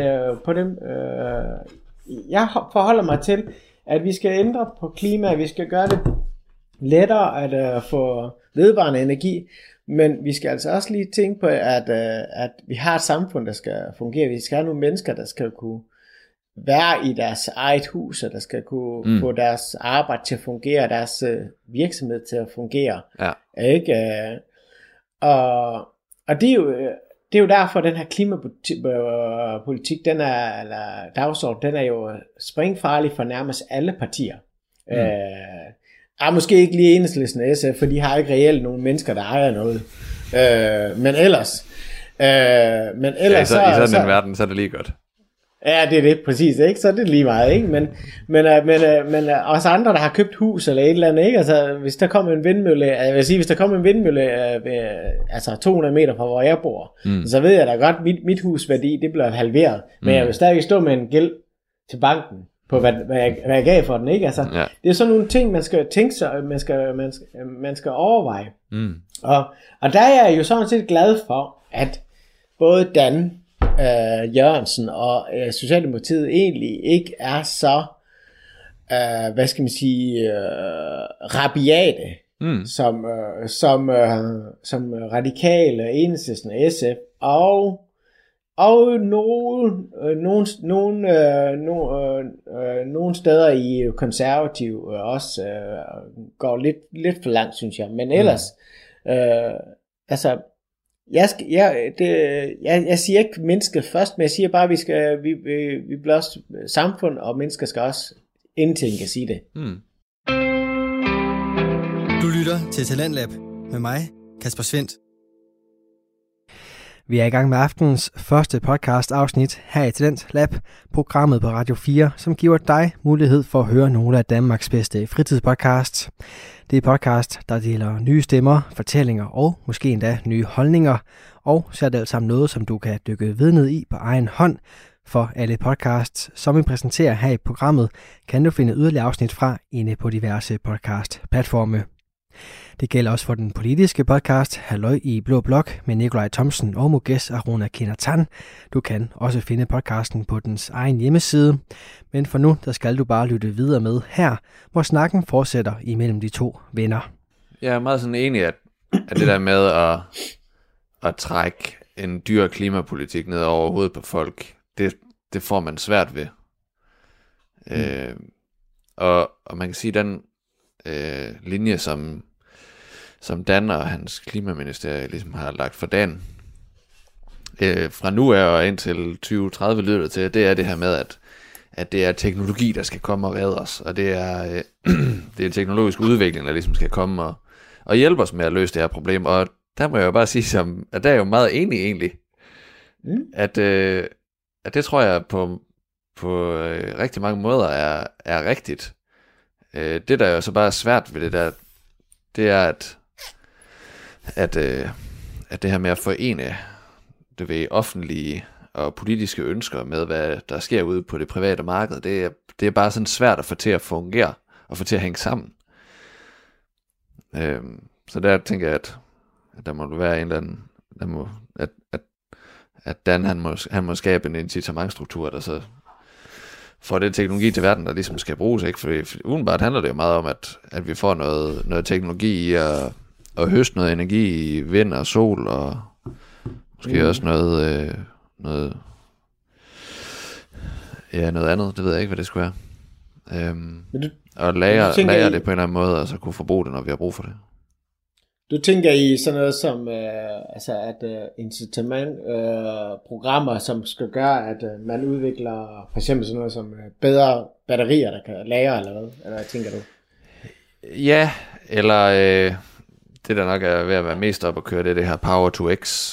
jeg forholder mig til, at vi skal ændre på klimaet, vi skal gøre det lettere at få vedvarende energi. Men vi skal altså også lige tænke på, at vi har et samfund, der skal fungere. Vi skal have nogle mennesker, der skal kunne være i deres eget hus, og der skal kunne få deres arbejde til at fungere, deres virksomhed til at fungere. Ja. Ikke? Og det er jo derfor, den her klimapolitik, eller dagsorden, den er jo springfarlig for nærmest alle partier. Måske ikke lige Enhedslisten og SF, for de har ikke reelt nogen mennesker, der ejer noget. Men ellers i sådan en verden, så er det lige godt. Ja, det er det, præcis, ikke? Så er det lige meget, ikke? Men os andre, der har købt hus eller et eller andet, ikke? Altså, hvis der kommer en vindmølle, altså 200 meter fra, hvor jeg bor, så ved jeg da godt, mit husværdi, det bliver halveret. Men jeg vil stadig stå med en gæld til banken på, hvad jeg gav for den, ikke? Altså, det er sådan nogle ting, man skal tænke sig, man skal overveje. Og der er jeg jo sådan set glad for, at både Dan Jørgensen og Socialdemokratiet egentlig ikke er så rabiate som Radikale, Enhedslisten og SF og nogle steder i konservative også går lidt for langt, synes jeg. Men ellers altså jeg siger ikke mennesket først, men jeg siger bare, at vi bliver også samfund, og mennesker skal også indtænke at sige det. Du lytter til Talentlab med mig, Kasper Svendt. Vi er i gang med aftenens første podcast afsnit her i Talentlab, programmet på Radio 4, som giver dig mulighed for at høre nogle af Danmarks bedste fritidspodcasts. Det er podcast, der deler nye stemmer, fortællinger og måske endda nye holdninger, og så er det alt sammen noget, som du kan dykke ned i på egen hånd. For alle podcasts, som vi præsenterer her i programmet, kan du finde yderligere afsnit fra inde på diverse podcast-platforme. Det gælder også for den politiske podcast Halløj i Blå Blok med Nikolaj Thomsen og Muges Aruna Kinatan. Du kan også finde podcasten på dens egen hjemmeside. Men for nu, der skal du bare lytte videre med her, hvor snakken fortsætter imellem de to venner. Jeg er meget sådan enig, at det der med at trække en dyr klimapolitik ned over hovedet på folk, det får man svært ved. Og man kan sige, den linje, som Dan og hans klimaministerie ligesom har lagt for dagen, fra nu af og indtil 2030 lyder det til, det er det her med, at det er teknologi, der skal komme og redde os, og det er teknologisk udvikling, der ligesom skal komme og hjælpe os med at løse det her problem. Og der må jeg jo bare sige, at der er jo meget enig egentlig, at det tror jeg på rigtig mange måder er rigtigt. Det der jo så bare er svært ved det der, det er at det her med at forene offentlige og politiske ønsker med, hvad der sker ude på det private marked, det er bare sådan svært at få til at fungere og få til at hænge sammen. Så der tænker jeg, at der må være en eller anden, at Dan han må skabe en incitamentstruktur, der så får det teknologi til verden, der ligesom skal bruges, ikke? For udenbart handler det jo meget om, at vi får noget teknologi i at høste noget energi i vind og sol Måske også noget andet, det ved jeg ikke, hvad det skulle være. Og lære det på en eller anden måde, og så kunne forbruge det, når vi har brug for det. Du tænker i sådan noget som incitamentprogrammer, som skal gøre, at man udvikler for eksempel sådan noget som bedre batterier, der kan lagre eller hvad? Eller hvad tænker du? Ja, eller det der nok er ved at være mest op at køre, det er det her Power to X,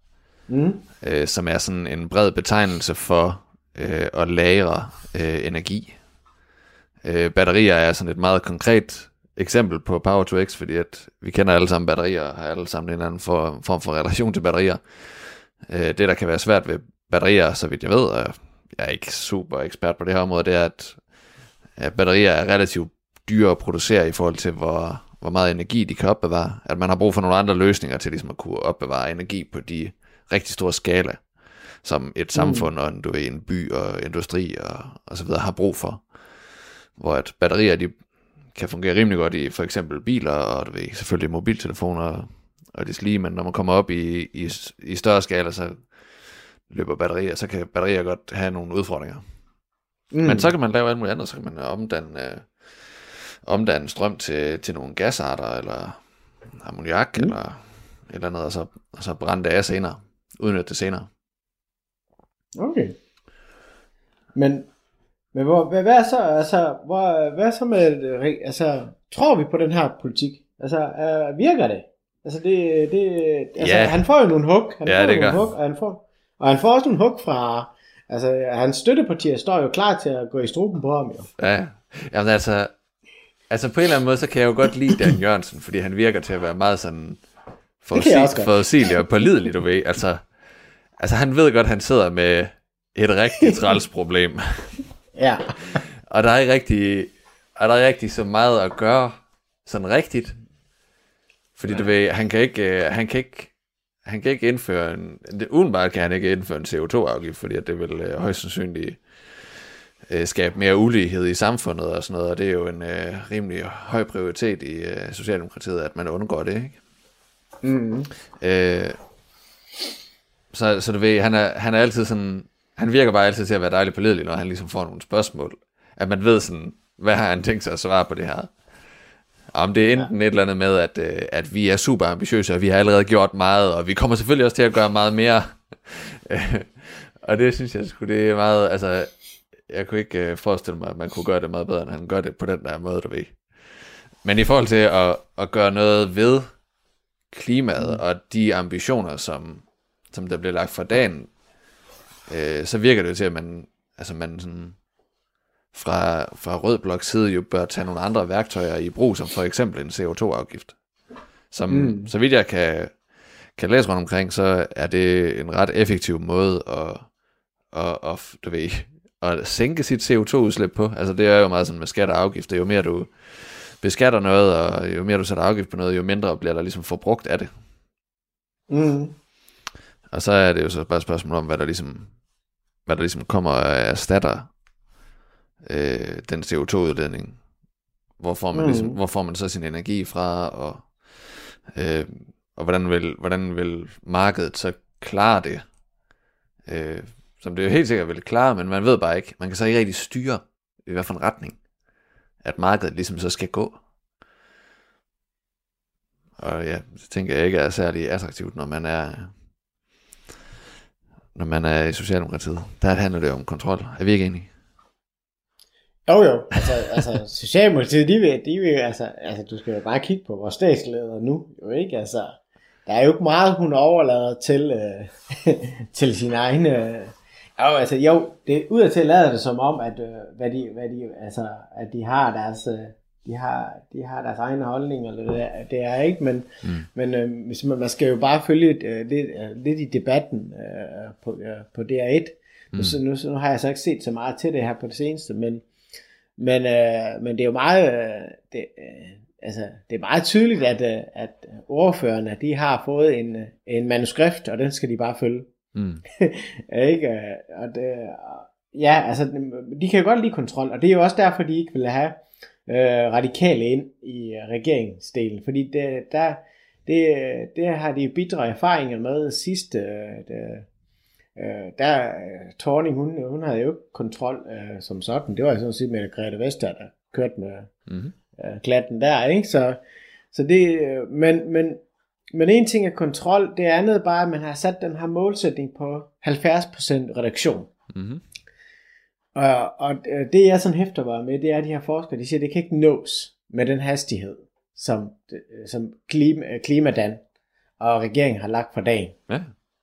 som er sådan en bred betegnelse for at lagre energi. Batterier er sådan et meget konkret eksempel på Power to X, fordi at vi kender alle sammen batterier, og har alle sammen en eller anden form for relation til batterier. Det, der kan være svært ved batterier, så vidt jeg ved, og jeg er ikke super ekspert på det her område, det er, at batterier er relativt dyre at producere i forhold til, hvor meget energi de kan opbevare. At man har brug for nogle andre løsninger til ligesom at kunne opbevare energi på de rigtig store skala, som et samfund og en by og industri og så videre har brug for. Hvor at batterier, de kan fungere rimelig godt i for eksempel biler, og selvfølgelig mobiltelefoner og det slige, men når man kommer op i større skala, så kan batterier godt have nogle udfordringer. Men så kan man lave alt muligt andet, så kan man omdanne strøm til nogle gasarter, eller ammoniak, eller et eller andet, og så brænde det af senere, udnytte det senere. Okay. Men hvad er så, hvad er så med, altså, tror vi på den her politik? Altså, virker det? Altså, han får jo nogle hug. Og han får også nogle hug fra, altså, hans støttepartier står jo klar til at gå i struben på ham, jo. Ja, jamen altså på en eller anden måde, så kan jeg jo godt lide Dan Jørgensen, fordi han virker til at være meget sådan forudsigelig og pålidelig, du ved. Altså, han ved godt, at han sidder med et rigtig træls problem. Ja. Og der er ikke rigtig så meget at gøre sådan rigtigt. Fordi du ved, han kan ikke indføre udenbart kan han ikke indføre en CO2-afgift, fordi at det vil højst sandsynligt skabe mere ulighed i samfundet og sådan noget, og det er jo en rimelig høj prioritet i Socialdemokratiet, at man undgår det, ikke? Så du ved, han er altid sådan, han virker bare altid til at være dejligt pålidelig, når han ligesom får nogle spørgsmål, at man ved sådan, hvad har han tænkt sig at svare på det her? Om det er enten et eller andet med, at vi er super ambitiøse, og vi har allerede gjort meget, og vi kommer selvfølgelig også til at gøre meget mere. Og det synes jeg sgu, det er meget, altså, jeg kunne ikke forestille mig, at man kunne gøre det meget bedre, end han gør det på den der måde, du ved. Men i forhold til at gøre noget ved klimaet, og de ambitioner, som der bliver lagt for dagen, så virker det jo til, at man sådan fra rød bloks side jo bør tage nogle andre værktøjer i brug, som for eksempel en CO2-afgift. Som, så vidt jeg kan læse rundt omkring, så er det en ret effektiv måde at sænke sit CO2-udslip på. Altså det er jo meget sådan med skat og afgifter. Jo mere du beskatter noget, og jo mere du sætter afgift på noget, jo mindre bliver der ligesom forbrugt af det. Og så er det jo så bare et spørgsmål om, hvad der ligesom kommer og erstatter den CO2-udledning. Hvor får man så sin energi fra, og hvordan vil markedet så klare det? Som det jo helt sikkert vil klare, men man ved bare ikke. Man kan så ikke rigtig styre, i hvad for en retning, at markedet ligesom så skal gå. Og ja, det tænker jeg ikke er særlig attraktivt, når man er i Socialdemokratiet. Der handler det om kontrol. Er vi ikke enige? Jo. Altså Socialdemokratiet, de vil altså, du skal jo bare kigge på vores statsleder nu, jo ikke? Altså, der er jo ikke meget, hun overlader til sin egne. Det udadtil lader det som om, at at de har deres egne holdning, eller det er ikke, men hvis man skal jo bare følge lidt i debatten på DR1. Nu har jeg så ikke set så meget til det her på det seneste, men det er jo meget det er meget tydeligt, at ordførerne, de har fået en manuskript, og den skal de bare følge. Ikke? Og det, de kan jo godt lide kontrol, og det er jo også derfor, de ikke vil have radikale ind i regeringsdelen, fordi det det har de bitre erfaringer med sidst. Thorning, hun havde jo ikke kontrol som sådan. Det var jo sådan set med Grete Vestager, der kørte med klatten der, ikke? Så det, men en ting er kontrol, det andet bare, at man har sat den her målsætning på 70% reduktion. Mm-hmm. Og det jeg sådan hæfter mig med, det er, at de her forskere, de siger, at det kan ikke nås med den hastighed, som Klimadan og regeringen har lagt for dagen. Ja.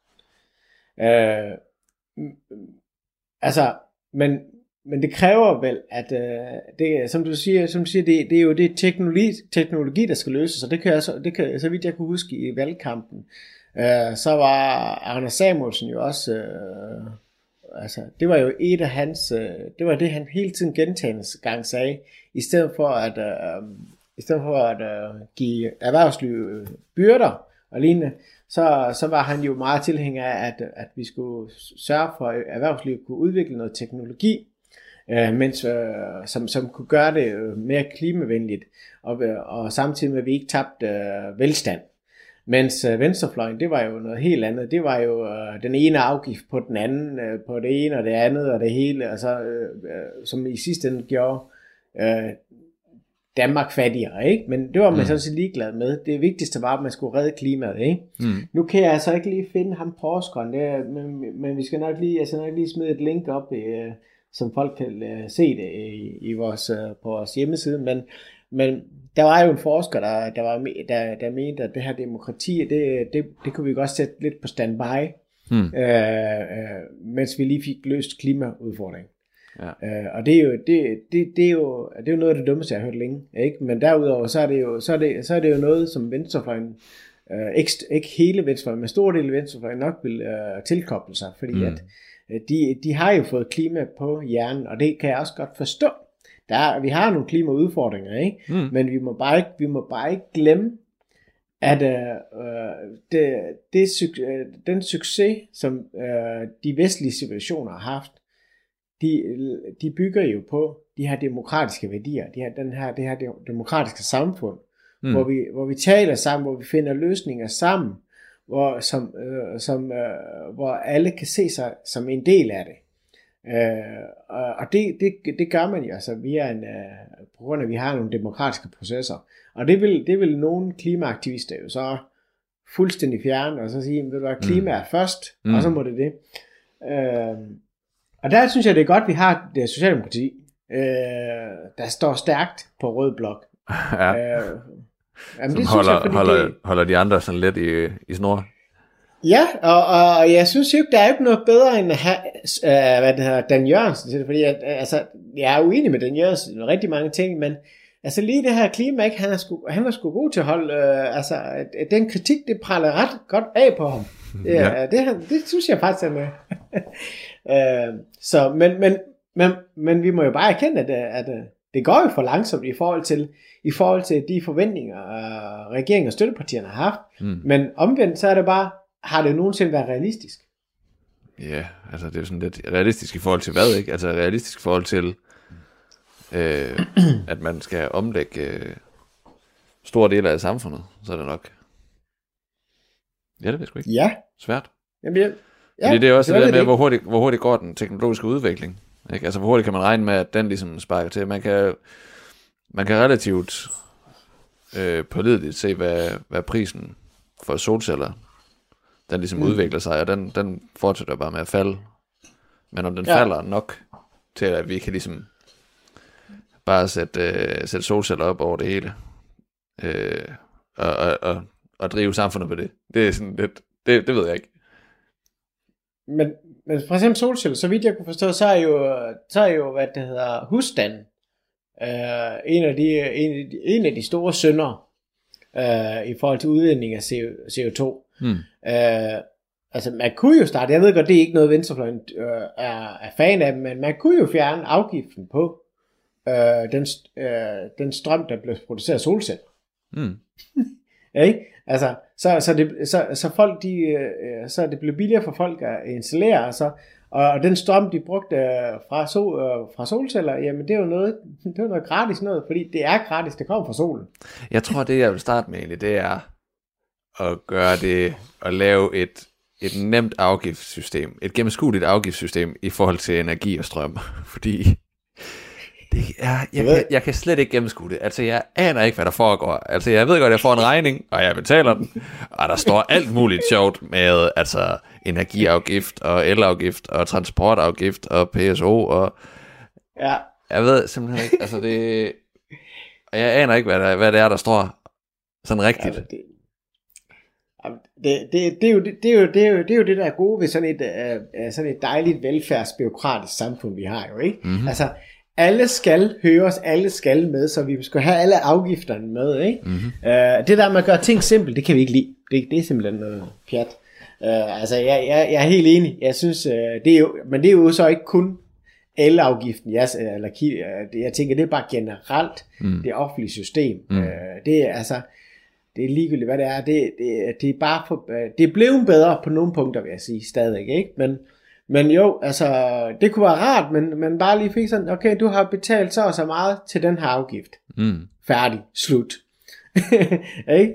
Men det kræver vel, at det, som du siger, det er jo det teknologi, der skal løses, og det kan så vidt jeg kunne huske i valgkampen, så var Arne Samuelsen jo også, det var jo et af hans, det var det han hele tiden gentagende gang sagde, i stedet for at give erhvervslivet byrder og lignende, så var han jo meget tilhænger af, at vi skulle sørge for, at erhvervslivet kunne udvikle noget teknologi, som kunne gøre det mere klimavenligt, og samtidig med, at vi ikke tabte velstand. Mens venstrefløjen, det var jo noget helt andet. Det var jo den ene afgift på den anden, på det ene og det andet og det hele, og så, som i sidste ende gjorde Danmark fattigere, ikke? Men det var man sådan set ligeglad med. Det vigtigste var, at man skulle redde klimaet, ikke? Nu kan jeg altså ikke lige finde ham forskeren, men vi skal nok lige, smide et link op, som folk kan se det på vores hjemmeside, men der var jo en forsker, der mente, at det her demokrati, det kunne vi godt sætte lidt på standby, mens vi lige fik løst klimaudfordringen. Ja. Og det er jo noget af det dummeste, jeg har hørt længe, ikke? Men derudover så er det jo noget, som venstrefløjen, ikke hele venstrefløjen, men stor del af venstrefløjen nok vil tilkoble sig, fordi at de har jo fået klima på hjernen, og det kan jeg også godt forstå. Vi har nogle klimaudfordringer, ikke? Men vi må bare ikke glemme, at den succes, som de vestlige civilisationer har haft, de bygger jo på de her demokratiske værdier, det her demokratiske samfund, hvor vi taler sammen, hvor vi finder løsninger sammen, hvor alle kan se sig som en del af det. Og det gør man jo altså på grund af, at vi har nogle demokratiske processer. Og det vil nogle klimaaktivister jo så fuldstændig fjerne, og så sige, ved du hvad, klima er først, og så må det. Og der synes jeg, det er godt, vi har det Socialdemokrati, der står stærkt på rød blok. Ja. Som det holder de andre sådan lidt i snor. Ja, og jeg synes jo ikke, der er ikke noget bedre end at have, Dan Jørgensen til det, fordi jeg er uenig med Dan Jørgensen i rigtig mange ting, men altså lige det her klima, ikke, han var sgu god til at holde, den kritik, det praller ret godt af på ham. Det synes jeg faktisk, han er. Men vi må jo bare erkende, at det går jo for langsomt i forhold til de forventninger, regeringen og støttepartierne har haft. Men omvendt, så er det bare, har det nogensinde været realistisk? Ja, altså det er sådan lidt realistisk i forhold til hvad, ikke? Altså realistisk i forhold til, at man skal omlægge store dele af samfundet, så er det nok. Ja, det ved jeg sgu ikke. Ja. Svært. Jamen, fordi det er også det der med, hvor hurtigt går den teknologiske udvikling. Ikke? Altså hvor hurtigt kan man regne med, at den ligesom sparker til. Man kan relativt pålideligt se, hvad prisen for solceller, den ligesom udvikler sig, og den fortsætter bare med at falde. Men om den falder nok til, at vi kan ligesom bare sætte solceller op over det hele, og drive samfundet på det. Det er sådan lidt, det ved jeg ikke. Men for eksempel solceller, så vidt jeg kunne forstå, så er jo hvad det hedder, husstanden, en af de store synder i forhold til udledning af CO2. Altså man kunne jo starte, jeg ved godt, det er ikke noget venstrefløjen er fan af, men man kunne jo fjerne afgiften på den strøm, der bliver produceret af solceller. Ja, ikke? Altså, så folk så det blev billigere for folk at installere, og den strøm de brugte fra solceller, jamen det er jo noget gratis noget, fordi det er gratis, det kommer fra solen. Jeg tror det jeg vil starte med egentlig, det er at gøre det, at lave et nemt afgiftssystem, et gennemskueligt afgiftssystem i forhold til energi og strøm, fordi det er, jeg kan slet ikke gennemskue det. Altså, jeg aner ikke, hvad der foregår. Altså, jeg ved godt, jeg får en regning, og jeg betaler den, og der står alt muligt sjovt med, altså, energiafgift, og elafgift, og transportafgift, og PSO, og ja. Jeg ved simpelthen ikke, altså det, og jeg aner ikke, hvad det er, der står sådan rigtigt. Det er jo det, der er gode ved sådan et dejligt velfærdsbureaukratisk samfund, vi har jo, ikke? Mm-hmm. Altså, alle skal høres, alle skal med, så vi skal have alle afgifterne med, ikke? Mm-hmm. Det der med at gøre ting simpelt, det kan vi ikke lide. Det er simpelthen noget pjat. Altså, jeg er helt enig. Jeg synes, det er jo, men det er jo så ikke kun elafgiften. Jeg tænker, det er bare generelt det offentlige system. Det er altså, det er ligegyldigt, hvad det er. Det er bare det er blevet bedre på nogle punkter, vil jeg sige, stadig, ikke? Men jo, altså, det kunne være rart, men bare lige fik sådan, okay, du har betalt så og så meget til den her afgift. Færdig, slut. Ikke?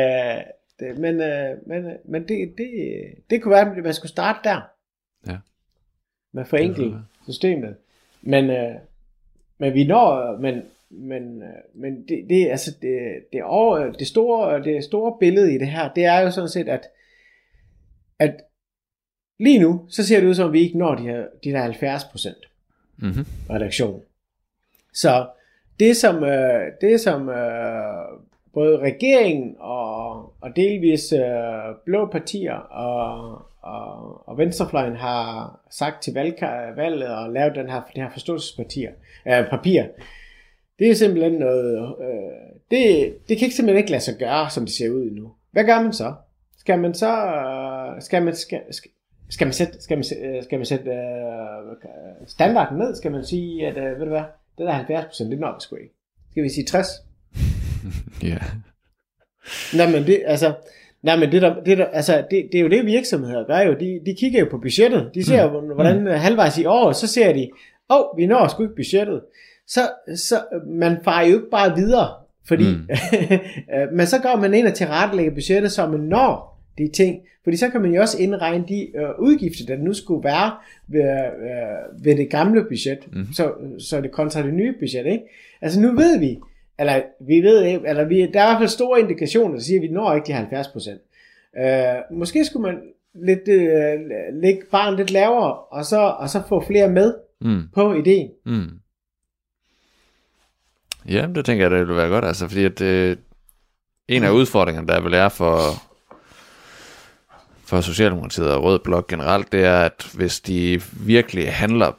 Men det kunne være, at man skulle starte der. Ja. Med forenkling systemet. Men vi når, men det altså det store billede i det her, det er jo sådan set, at lige nu, så ser det ud som, at vi ikke når de der 70% reduktion. Så det som både regeringen og delvis blå partier og venstrefløjen har sagt til valget og lavet det her forståelsespapir, det er simpelthen noget, det kan ikke simpelthen ikke lade sig gøre, som det ser ud nu. Hvad gør man så? Skal man sætte standarden ned? Skal man sige, at ved du hvad, det der 70%, det når vi sgu ikke. Skal vi sige 60? Ja. Nej, men det er jo det, virksomheder gør jo. De kigger jo på budgettet. De ser hvordan halvvejs i år, så ser de, vi når sgu ikke budgettet. Så man farer jo ikke bare videre, fordi men så går man ind og tilrettelægger budgettet, så man når de ting. Fordi så kan man jo også indregne de udgifter, der nu skulle være ved det gamle budget, så det kontra det nye budget, ikke? Altså nu ved vi, der er i hvert fald store indikationer, der siger, at vi når ikke de 70%. Måske skulle man lægge barn lidt lavere, og så få flere med på ideen. Ja, det tænker jeg, det ville være godt, altså, fordi at en af udfordringerne, der vil være for Socialdemokratiet og Rød Blok generelt, det er, at hvis de virkelig handler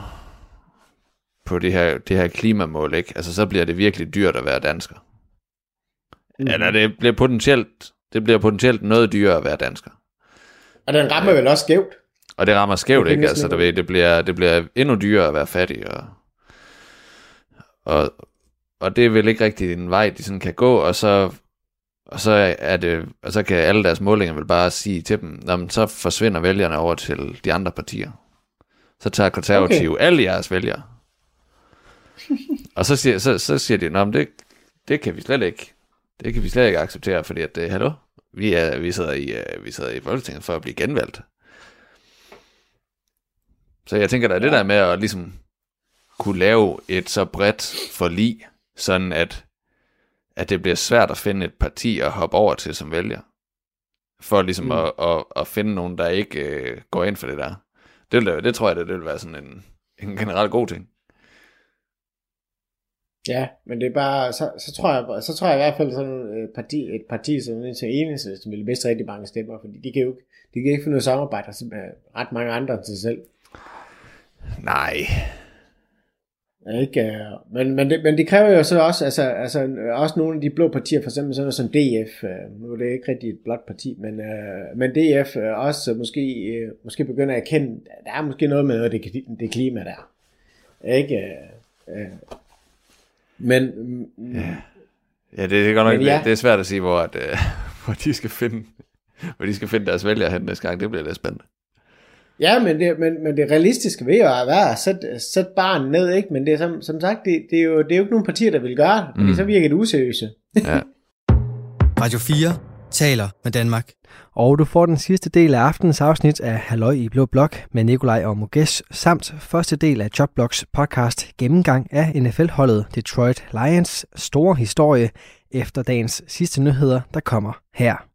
på det her klimamål, ikke? Altså, så bliver det virkelig dyrt at være dansker. Eller det bliver potentielt noget dyrere at være dansker. Og den rammer vel også skævt. Og det rammer skævt, ikke? Altså, det bliver endnu dyrere at være fattig, og det er vel ikke rigtig en vej, de sådan kan gå, og så kan alle deres målinger vel bare sige til dem, så forsvinder vælgerne over til de andre partier. Så tager konservative alle jeres vælgere. Og så siger de, det kan vi slet ikke. Det kan vi slet ikke acceptere, fordi at, hallo, vi sidder i Folketinget for at blive genvalgt. Så jeg tænker, der er det der med at ligesom kunne lave et så bredt forlig, sådan at det bliver svært at finde et parti at hoppe over til som vælger. For ligesom at finde nogen, der ikke går ind for det der. Det tror jeg, det vil være sådan en generelt god ting. Ja, men det er bare, så tror jeg i hvert fald sådan et parti som Enhedslisten vil miste rigtig mange stemmer, fordi de kan ikke finde noget samarbejde med ret mange andre end sig selv. Nej. Ikke, men det kræver jo så også, altså også nogle af de blå partier, for eksempel sådan noget som DF, nu er det ikke rigtig et blåt parti, men DF også måske begynder at erkende, der er måske noget med noget det klima der. Ikke? Men ja, det er godt nok, det er svært at sige, hvor de skal finde deres vælgere hen næste gang. Det bliver lidt spændende. Ja, men det realistiske ved jo at være at sætte barnet ned, ikke? Men det er som sagt, det er jo ikke nogen partier, der vil gøre det, fordi så virker det useriøse. Ja. Radio 4 taler med Danmark. Og du får den sidste del af aftenens afsnit af Halløj i Blå Blok med Nikolaj og Mukesh, samt første del af Jobblogs podcast gennemgang af NFL-holdet Detroit Lions store historie efter dagens sidste nyheder, der kommer her.